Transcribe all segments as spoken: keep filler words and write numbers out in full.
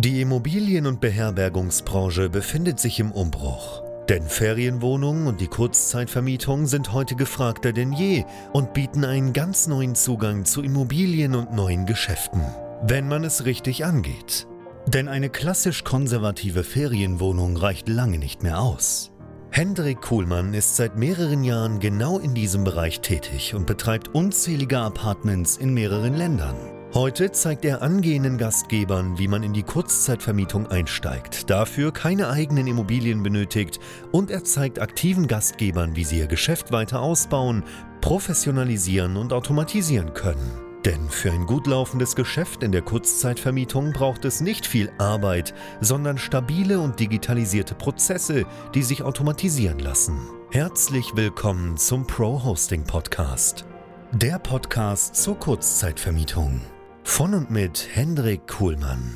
Die Immobilien- und Beherbergungsbranche befindet sich im Umbruch. Denn Ferienwohnungen und die Kurzzeitvermietung sind heute gefragter denn je und bieten einen ganz neuen Zugang zu Immobilien und neuen Geschäften, wenn man es richtig angeht. Denn eine klassisch konservative Ferienwohnung reicht lange nicht mehr aus. Hendrik Kuhlmann ist seit mehreren Jahren genau in diesem Bereich tätig und betreibt unzählige Apartments in mehreren Ländern. Heute zeigt er angehenden Gastgebern, wie man in die Kurzzeitvermietung einsteigt, dafür keine eigenen Immobilien benötigt, und er zeigt aktiven Gastgebern, wie sie ihr Geschäft weiter ausbauen, professionalisieren und automatisieren können. Denn für ein gut laufendes Geschäft in der Kurzzeitvermietung braucht es nicht viel Arbeit, sondern stabile und digitalisierte Prozesse, die sich automatisieren lassen. Herzlich willkommen zum Pro Hosting Podcast. Der Podcast zur Kurzzeitvermietung. Von und mit Hendrik Kuhlmann.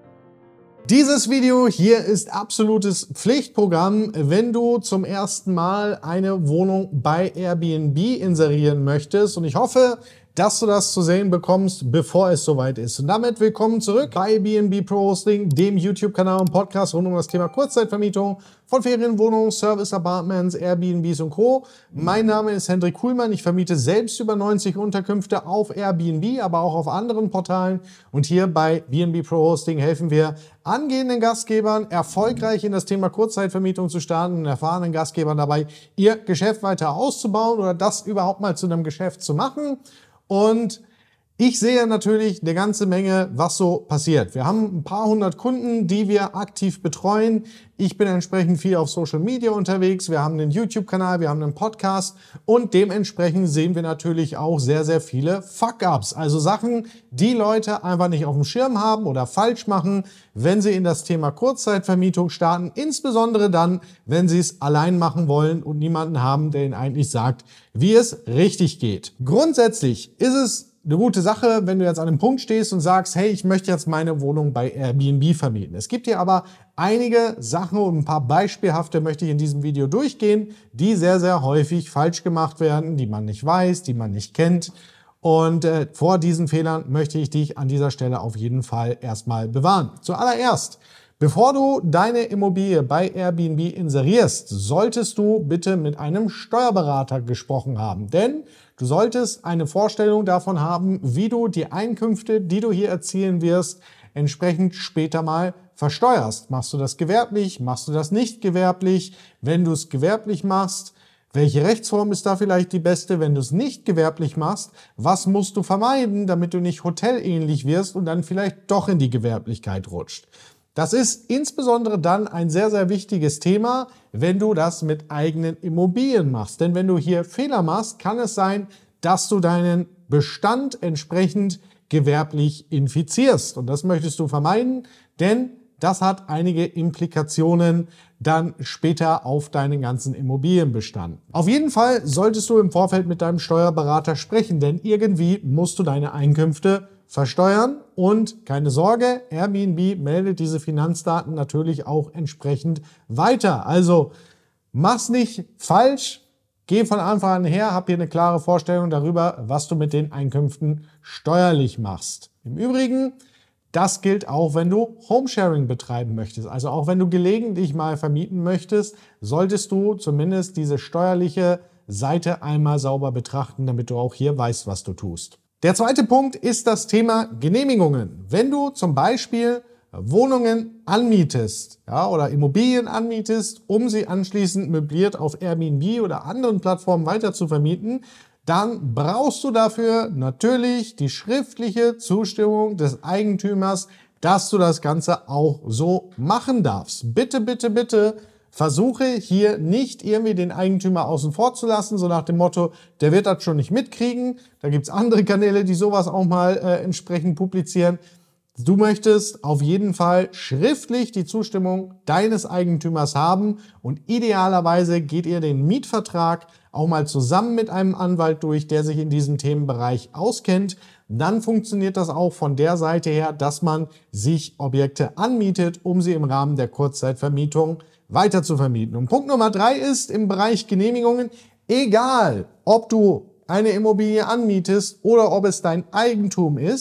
Dieses Video hier ist absolutes Pflichtprogramm, wenn du zum ersten Mal eine Wohnung bei Airbnb inserieren möchtest. Und ich hoffe, dass du das zu sehen bekommst, bevor es soweit ist. Und damit willkommen zurück bei B and B Pro Hosting, dem YouTube-Kanal und Podcast rund um das Thema Kurzzeitvermietung von Ferienwohnungen, Service Apartments, Airbnbs und Co. Mein Name ist Hendrik Kuhlmann. Ich vermiete selbst über neunzig Unterkünfte auf Airbnb, aber auch auf anderen Portalen. Und hier bei B and B Pro Hosting helfen wir angehenden Gastgebern, erfolgreich in das Thema Kurzzeitvermietung zu starten und erfahrenen Gastgebern dabei, ihr Geschäft weiter auszubauen oder das überhaupt mal zu einem Geschäft zu machen. Und ich sehe natürlich eine ganze Menge, was so passiert. Wir haben ein paar hundert Kunden, die wir aktiv betreuen. Ich bin entsprechend viel auf Social Media unterwegs. Wir haben einen YouTube-Kanal, wir haben einen Podcast und dementsprechend sehen wir natürlich auch sehr, sehr viele Fuck-Ups. Also Sachen, die Leute einfach nicht auf dem Schirm haben oder falsch machen, wenn sie in das Thema Kurzzeitvermietung starten. Insbesondere dann, wenn sie es allein machen wollen und niemanden haben, der ihnen eigentlich sagt, wie es richtig geht. Grundsätzlich ist es eine gute Sache, wenn du jetzt an einem Punkt stehst und sagst, hey, ich möchte jetzt meine Wohnung bei Airbnb vermieten. Es gibt hier aber einige Sachen und ein paar beispielhafte möchte ich in diesem Video durchgehen, die sehr, sehr häufig falsch gemacht werden, die man nicht weiß, die man nicht kennt. Und äh, vor diesen Fehlern möchte ich dich an dieser Stelle auf jeden Fall erstmal bewahren. Zuallererst, bevor du deine Immobilie bei Airbnb inserierst, solltest du bitte mit einem Steuerberater gesprochen haben. Denn du solltest eine Vorstellung davon haben, wie du die Einkünfte, die du hier erzielen wirst, entsprechend später mal versteuerst. Machst du das gewerblich? Machst du das nicht gewerblich? Wenn du es gewerblich machst, welche Rechtsform ist da vielleicht die beste? Wenn du es nicht gewerblich machst, was musst du vermeiden, damit du nicht hotelähnlich wirst und dann vielleicht doch in die Gewerblichkeit rutscht? Das ist insbesondere dann ein sehr, sehr wichtiges Thema, wenn du das mit eigenen Immobilien machst. Denn wenn du hier Fehler machst, kann es sein, dass du deinen Bestand entsprechend gewerblich infizierst. Und das möchtest du vermeiden, denn das hat einige Implikationen dann später auf deinen ganzen Immobilienbestand. Auf jeden Fall solltest du im Vorfeld mit deinem Steuerberater sprechen, denn irgendwie musst du deine Einkünfte versteuern und keine Sorge, Airbnb meldet diese Finanzdaten natürlich auch entsprechend weiter. Also mach's nicht falsch, geh von Anfang an her, hab hier eine klare Vorstellung darüber, was du mit den Einkünften steuerlich machst. Im Übrigen, das gilt auch, wenn du Homesharing betreiben möchtest. Also auch wenn du gelegentlich mal vermieten möchtest, solltest du zumindest diese steuerliche Seite einmal sauber betrachten, damit du auch hier weißt, was du tust. Der zweite Punkt ist das Thema Genehmigungen. Wenn du zum Beispiel Wohnungen anmietest, ja, oder Immobilien anmietest, um sie anschließend möbliert auf Airbnb oder anderen Plattformen weiter zu vermieten, dann brauchst du dafür natürlich die schriftliche Zustimmung des Eigentümers, dass du das Ganze auch so machen darfst. Bitte, bitte, bitte versuche hier nicht irgendwie den Eigentümer außen vor zu lassen, so nach dem Motto, der wird das schon nicht mitkriegen. Da gibt's andere Kanäle, die sowas auch mal äh, entsprechend publizieren. Du möchtest auf jeden Fall schriftlich die Zustimmung deines Eigentümers haben und idealerweise geht ihr den Mietvertrag auch mal zusammen mit einem Anwalt durch, der sich in diesem Themenbereich auskennt. Dann funktioniert das auch von der Seite her, dass man sich Objekte anmietet, um sie im Rahmen der Kurzzeitvermietung weiter zu vermieten. Und Punkt Nummer drei ist im Bereich Genehmigungen, egal ob du eine Immobilie anmietest oder ob es dein Eigentum ist,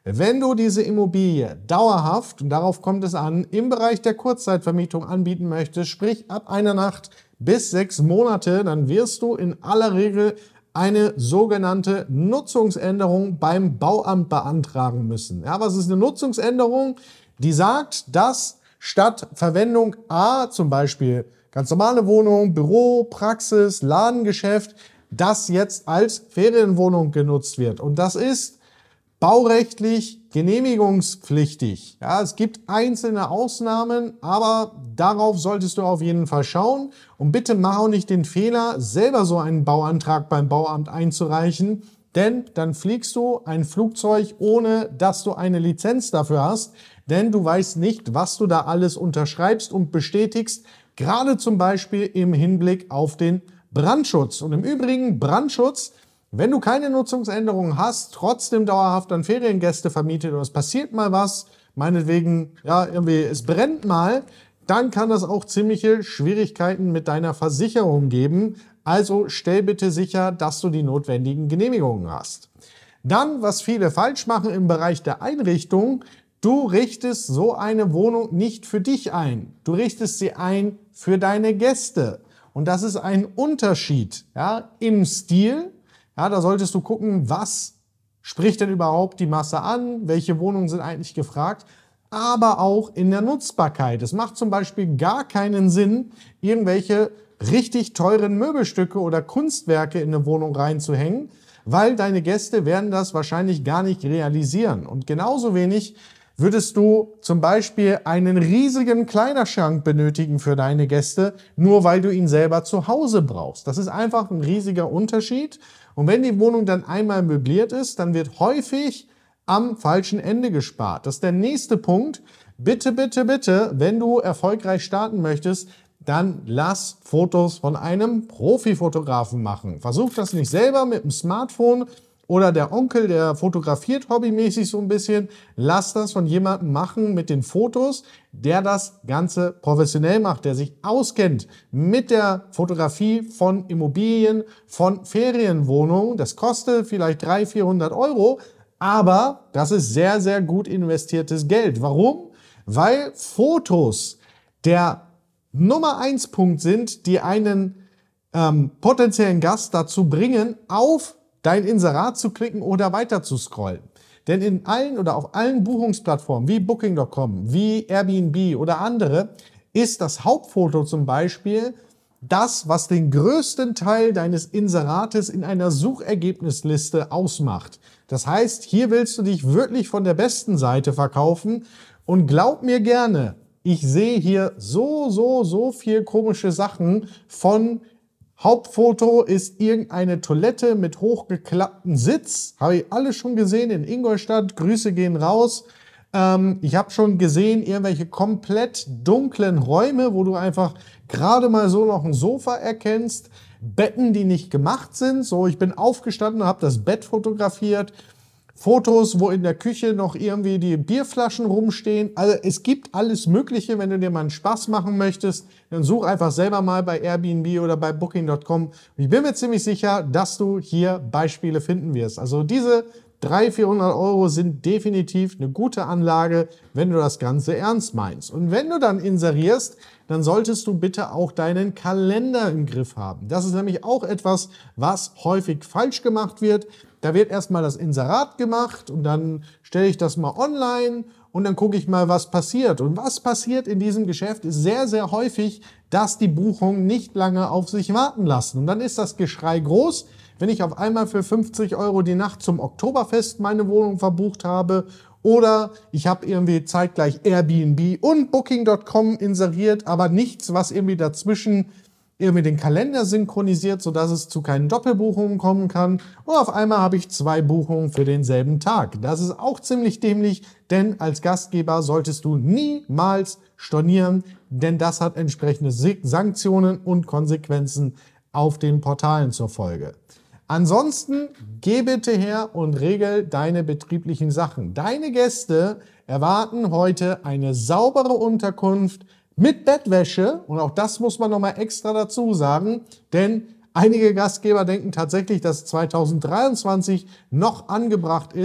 Wenn du diese Immobilie dauerhaft, und darauf kommt es an, im Bereich der Kurzzeitvermietung anbieten möchtest, sprich ab einer Nacht bis sechs Monate, dann wirst du in aller Regel eine sogenannte Nutzungsänderung beim Bauamt beantragen müssen. Ja, was ist eine Nutzungsänderung? Die sagt, dass statt Verwendung A, zum Beispiel ganz normale Wohnung, Büro, Praxis, Ladengeschäft, das jetzt als Ferienwohnung genutzt wird. Und das ist baurechtlich genehmigungspflichtig. Ja, es gibt einzelne Ausnahmen, aber darauf solltest du auf jeden Fall schauen. Und bitte mach auch nicht den Fehler, selber so einen Bauantrag beim Bauamt einzureichen, denn dann fliegst du ein Flugzeug, ohne dass du eine Lizenz dafür hast, denn du weißt nicht, was du da alles unterschreibst und bestätigst, gerade zum Beispiel im Hinblick auf den Brandschutz. Und im Übrigen Brandschutz, wenn du keine Nutzungsänderung hast, trotzdem dauerhaft an Feriengäste vermietet oder es passiert mal was, meinetwegen, ja, irgendwie, es brennt mal, dann kann das auch ziemliche Schwierigkeiten mit deiner Versicherung geben. Also stell bitte sicher, dass du die notwendigen Genehmigungen hast. Dann, was viele falsch machen im Bereich der Einrichtung, du richtest so eine Wohnung nicht für dich ein. Du richtest sie ein für deine Gäste. Und das ist ein Unterschied, ja, im Stil. Ja, da solltest du gucken, was spricht denn überhaupt die Masse an, welche Wohnungen sind eigentlich gefragt, aber auch in der Nutzbarkeit. Es macht zum Beispiel gar keinen Sinn, irgendwelche richtig teuren Möbelstücke oder Kunstwerke in eine Wohnung reinzuhängen, weil deine Gäste werden das wahrscheinlich gar nicht realisieren. Und genauso wenig würdest du zum Beispiel einen riesigen Kleiderschrank benötigen für deine Gäste, nur weil du ihn selber zu Hause brauchst. Das ist einfach ein riesiger Unterschied. Und wenn die Wohnung dann einmal möbliert ist, dann wird häufig am falschen Ende gespart. Das ist der nächste Punkt. Bitte, bitte, bitte, wenn du erfolgreich starten möchtest, dann lass Fotos von einem Profifotografen machen. Versuch das nicht selber mit dem Smartphone oder der Onkel, der fotografiert hobbymäßig so ein bisschen. Lass das von jemandem machen mit den Fotos, der das Ganze professionell macht, der sich auskennt mit der Fotografie von Immobilien, von Ferienwohnungen. Das kostet vielleicht dreihundert, vierhundert Euro, aber das ist sehr, sehr gut investiertes Geld. Warum? Weil Fotos der Nummer eins Punkt sind, die einen ähm, potenziellen Gast dazu bringen, auf dein Inserat zu klicken oder weiter zu scrollen. Denn in allen oder auf allen Buchungsplattformen wie Booking Punkt com, wie Airbnb oder andere ist das Hauptfoto zum Beispiel das, was den größten Teil deines Inserates in einer Suchergebnisliste ausmacht. Das heißt, hier willst du dich wirklich von der besten Seite verkaufen und glaub mir gerne, ich sehe hier so, so, so viel komische Sachen von Hauptfoto ist irgendeine Toilette mit hochgeklapptem Sitz. Habe ich alles schon gesehen in Ingolstadt. Grüße gehen raus. Ähm, ich habe schon gesehen, irgendwelche komplett dunklen Räume, wo du einfach gerade mal so noch ein Sofa erkennst. Betten, die nicht gemacht sind. So, ich bin aufgestanden und habe das Bett fotografiert. Fotos, wo in der Küche noch irgendwie die Bierflaschen rumstehen. Also es gibt alles Mögliche, wenn du dir mal einen Spaß machen möchtest, dann such einfach selber mal bei Airbnb oder bei Booking Punkt com. Und ich bin mir ziemlich sicher, dass du hier Beispiele finden wirst. Also diese dreihundert, vierhundert Euro sind definitiv eine gute Anlage, wenn du das Ganze ernst meinst. Und wenn du dann inserierst, dann solltest du bitte auch deinen Kalender im Griff haben. Das ist nämlich auch etwas, was häufig falsch gemacht wird. Da wird erstmal das Inserat gemacht und dann stelle ich das mal online und dann gucke ich mal, was passiert. Und was passiert in diesem Geschäft ist sehr, sehr häufig, dass die Buchungen nicht lange auf sich warten lassen. Und dann ist das Geschrei groß, wenn ich auf einmal für fünfzig Euro die Nacht zum Oktoberfest meine Wohnung verbucht habe oder ich habe irgendwie zeitgleich Airbnb und Booking Punkt com inseriert, aber nichts, was irgendwie dazwischen irgendwie den Kalender synchronisiert, sodass es zu keinen Doppelbuchungen kommen kann. Und auf einmal habe ich zwei Buchungen für denselben Tag. Das ist auch ziemlich dämlich, denn als Gastgeber solltest du niemals stornieren, denn das hat entsprechende Sanktionen und Konsequenzen auf den Portalen zur Folge. Ansonsten geh bitte her und regel deine betrieblichen Sachen. Deine Gäste erwarten heute eine saubere Unterkunft mit Bettwäsche, und auch das muss man nochmal extra dazu sagen, denn einige Gastgeber denken tatsächlich, dass zweitausenddreiundzwanzig noch angebracht ist,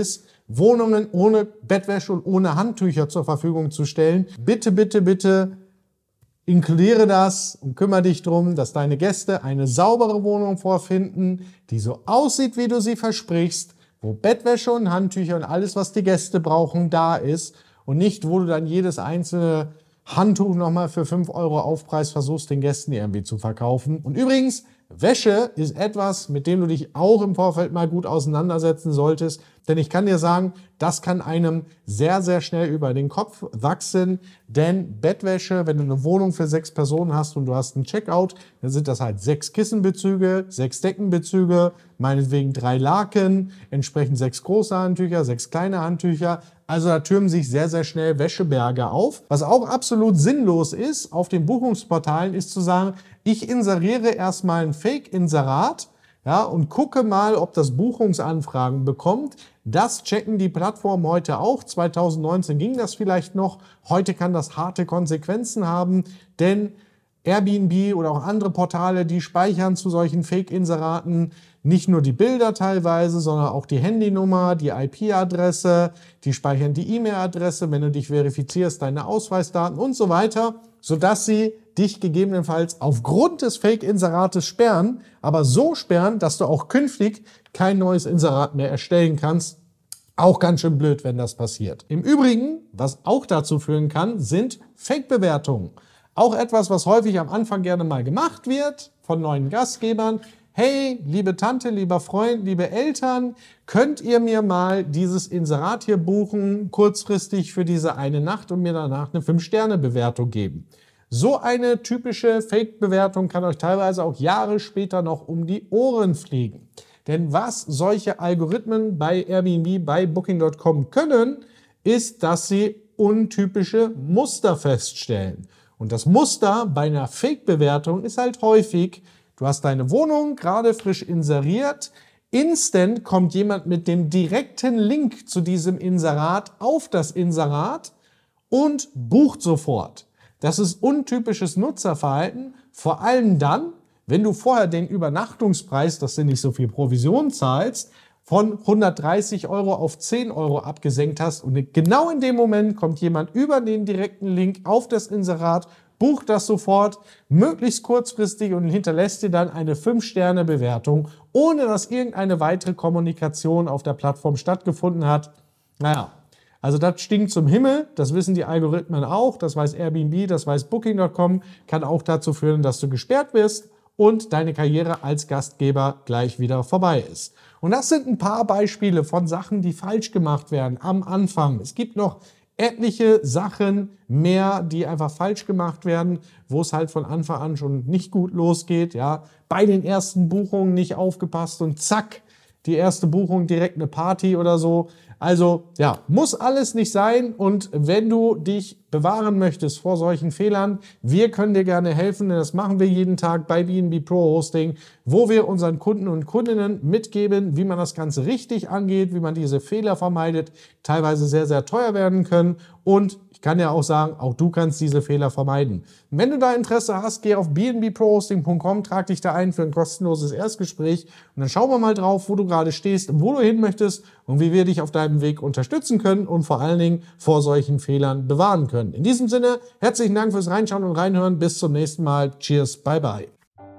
Wohnungen ohne Bettwäsche und ohne Handtücher zur Verfügung zu stellen. Bitte, bitte, bitte inkludiere das und kümmere dich darum, dass deine Gäste eine saubere Wohnung vorfinden, die so aussieht, wie du sie versprichst, wo Bettwäsche und Handtücher und alles, was die Gäste brauchen, da ist und nicht, wo du dann jedes einzelne Handtuch nochmal für fünf Euro Aufpreis versuchst, den Gästen irgendwie zu verkaufen. Und übrigens, Wäsche ist etwas, mit dem du dich auch im Vorfeld mal gut auseinandersetzen solltest. Denn ich kann dir sagen, das kann einem sehr, sehr schnell über den Kopf wachsen. Denn Bettwäsche, wenn du eine Wohnung für sechs Personen hast und du hast einen Checkout, dann sind das halt sechs Kissenbezüge, sechs Deckenbezüge, meinetwegen drei Laken, entsprechend sechs große Handtücher, sechs kleine Handtücher. Also da türmen sich sehr, sehr schnell Wäscheberge auf. Was auch absolut sinnlos ist auf den Buchungsportalen, ist zu sagen, ich inseriere erstmal ein Fake-Inserat, ja, und gucke mal, ob das Buchungsanfragen bekommt. Das checken die Plattformen heute auch. zwanzig neunzehn ging das vielleicht noch. Heute kann das harte Konsequenzen haben, denn Airbnb oder auch andere Portale, die speichern zu solchen Fake-Inseraten nicht nur die Bilder teilweise, sondern auch die Handynummer, die I P-Adresse, die speichern die E-Mail-Adresse, wenn du dich verifizierst, deine Ausweisdaten und so weiter, sodass sie dich gegebenenfalls aufgrund des Fake-Inserates sperren, aber so sperren, dass du auch künftig kein neues Inserat mehr erstellen kannst. Auch ganz schön blöd, wenn das passiert. Im Übrigen, was auch dazu führen kann, sind Fake-Bewertungen. Auch etwas, was häufig am Anfang gerne mal gemacht wird von neuen Gastgebern. Hey, liebe Tante, lieber Freund, liebe Eltern, könnt ihr mir mal dieses Inserat hier buchen, kurzfristig für diese eine Nacht und mir danach eine fünf Sterne Bewertung geben. So eine typische Fake-Bewertung kann euch teilweise auch Jahre später noch um die Ohren fliegen. Denn was solche Algorithmen bei Airbnb, bei Booking Punkt com können, ist, dass sie untypische Muster feststellen. Und das Muster bei einer Fake-Bewertung ist halt häufig, du hast deine Wohnung gerade frisch inseriert, instant kommt jemand mit dem direkten Link zu diesem Inserat auf das Inserat und bucht sofort. Das ist untypisches Nutzerverhalten, vor allem dann, wenn du vorher den Übernachtungspreis, dass du nicht so viel Provision zahlst, von hundertdreißig Euro auf zehn Euro abgesenkt hast und genau in dem Moment kommt jemand über den direkten Link auf das Inserat, bucht das sofort, möglichst kurzfristig und hinterlässt dir dann eine fünf Sterne Bewertung, ohne dass irgendeine weitere Kommunikation auf der Plattform stattgefunden hat. Naja, also das stinkt zum Himmel, das wissen die Algorithmen auch, das weiß Airbnb, das weiß Booking Punkt com, kann auch dazu führen, dass du gesperrt wirst und deine Karriere als Gastgeber gleich wieder vorbei ist. Und das sind ein paar Beispiele von Sachen, die falsch gemacht werden am Anfang. Es gibt noch etliche Sachen mehr, die einfach falsch gemacht werden, wo es halt von Anfang an schon nicht gut losgeht. Ja, bei den ersten Buchungen nicht aufgepasst und zack, die erste Buchung direkt eine Party oder so. Also ja, muss alles nicht sein. Und wenn du dich bewahren möchtest vor solchen Fehlern, wir können dir gerne helfen, denn das machen wir jeden Tag bei B and B Pro Hosting, wo wir unseren Kunden und Kundinnen mitgeben, wie man das Ganze richtig angeht, wie man diese Fehler vermeidet, teilweise sehr, sehr teuer werden können. Und ich kann ja auch sagen, auch du kannst diese Fehler vermeiden. Wenn du da Interesse hast, geh auf b and b pro hosting punkt com, trag dich da ein für ein kostenloses Erstgespräch und dann schauen wir mal drauf, wo du gerade stehst, wo du hin möchtest und wie wir dich auf deinem Weg unterstützen können und vor allen Dingen vor solchen Fehlern bewahren können. In diesem Sinne, herzlichen Dank fürs Reinschauen und Reinhören. Bis zum nächsten Mal. Cheers, bye bye.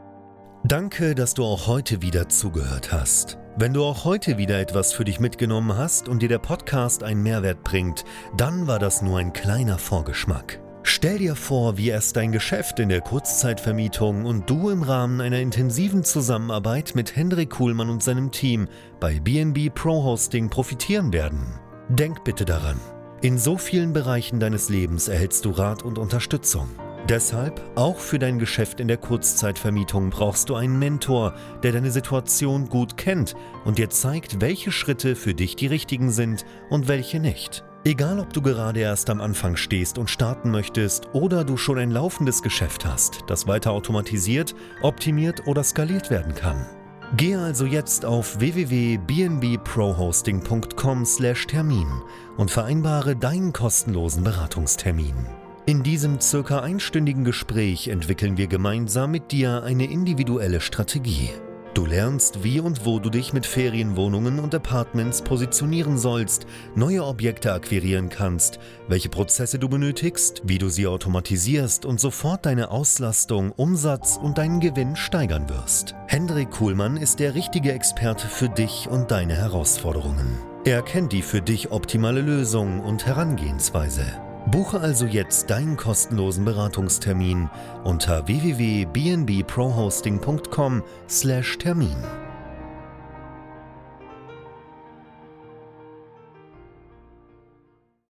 Danke, dass du auch heute wieder zugehört hast. Wenn du auch heute wieder etwas für dich mitgenommen hast und dir der Podcast einen Mehrwert bringt, dann war das nur ein kleiner Vorgeschmack. Stell dir vor, wie erst dein Geschäft in der Kurzzeitvermietung und du im Rahmen einer intensiven Zusammenarbeit mit Hendrik Kuhlmann und seinem Team bei B and B Pro Hosting profitieren werden. Denk bitte daran, in so vielen Bereichen deines Lebens erhältst du Rat und Unterstützung. Deshalb, auch für dein Geschäft in der Kurzzeitvermietung brauchst du einen Mentor, der deine Situation gut kennt und dir zeigt, welche Schritte für dich die richtigen sind und welche nicht. Egal, ob du gerade erst am Anfang stehst und starten möchtest oder du schon ein laufendes Geschäft hast, das weiter automatisiert, optimiert oder skaliert werden kann. Gehe also jetzt auf w w w punkt b and b pro hosting punkt com slash Termin und vereinbare deinen kostenlosen Beratungstermin. In diesem circa einstündigen Gespräch entwickeln wir gemeinsam mit dir eine individuelle Strategie. Du lernst, wie und wo du dich mit Ferienwohnungen und Apartments positionieren sollst, neue Objekte akquirieren kannst, welche Prozesse du benötigst, wie du sie automatisierst und sofort deine Auslastung, Umsatz und deinen Gewinn steigern wirst. Hendrik Kuhlmann ist der richtige Experte für dich und deine Herausforderungen. Er kennt die für dich optimale Lösung und Herangehensweise. Buche also jetzt deinen kostenlosen Beratungstermin unter w w w punkt b n b pro hosting punkt com slash Termin.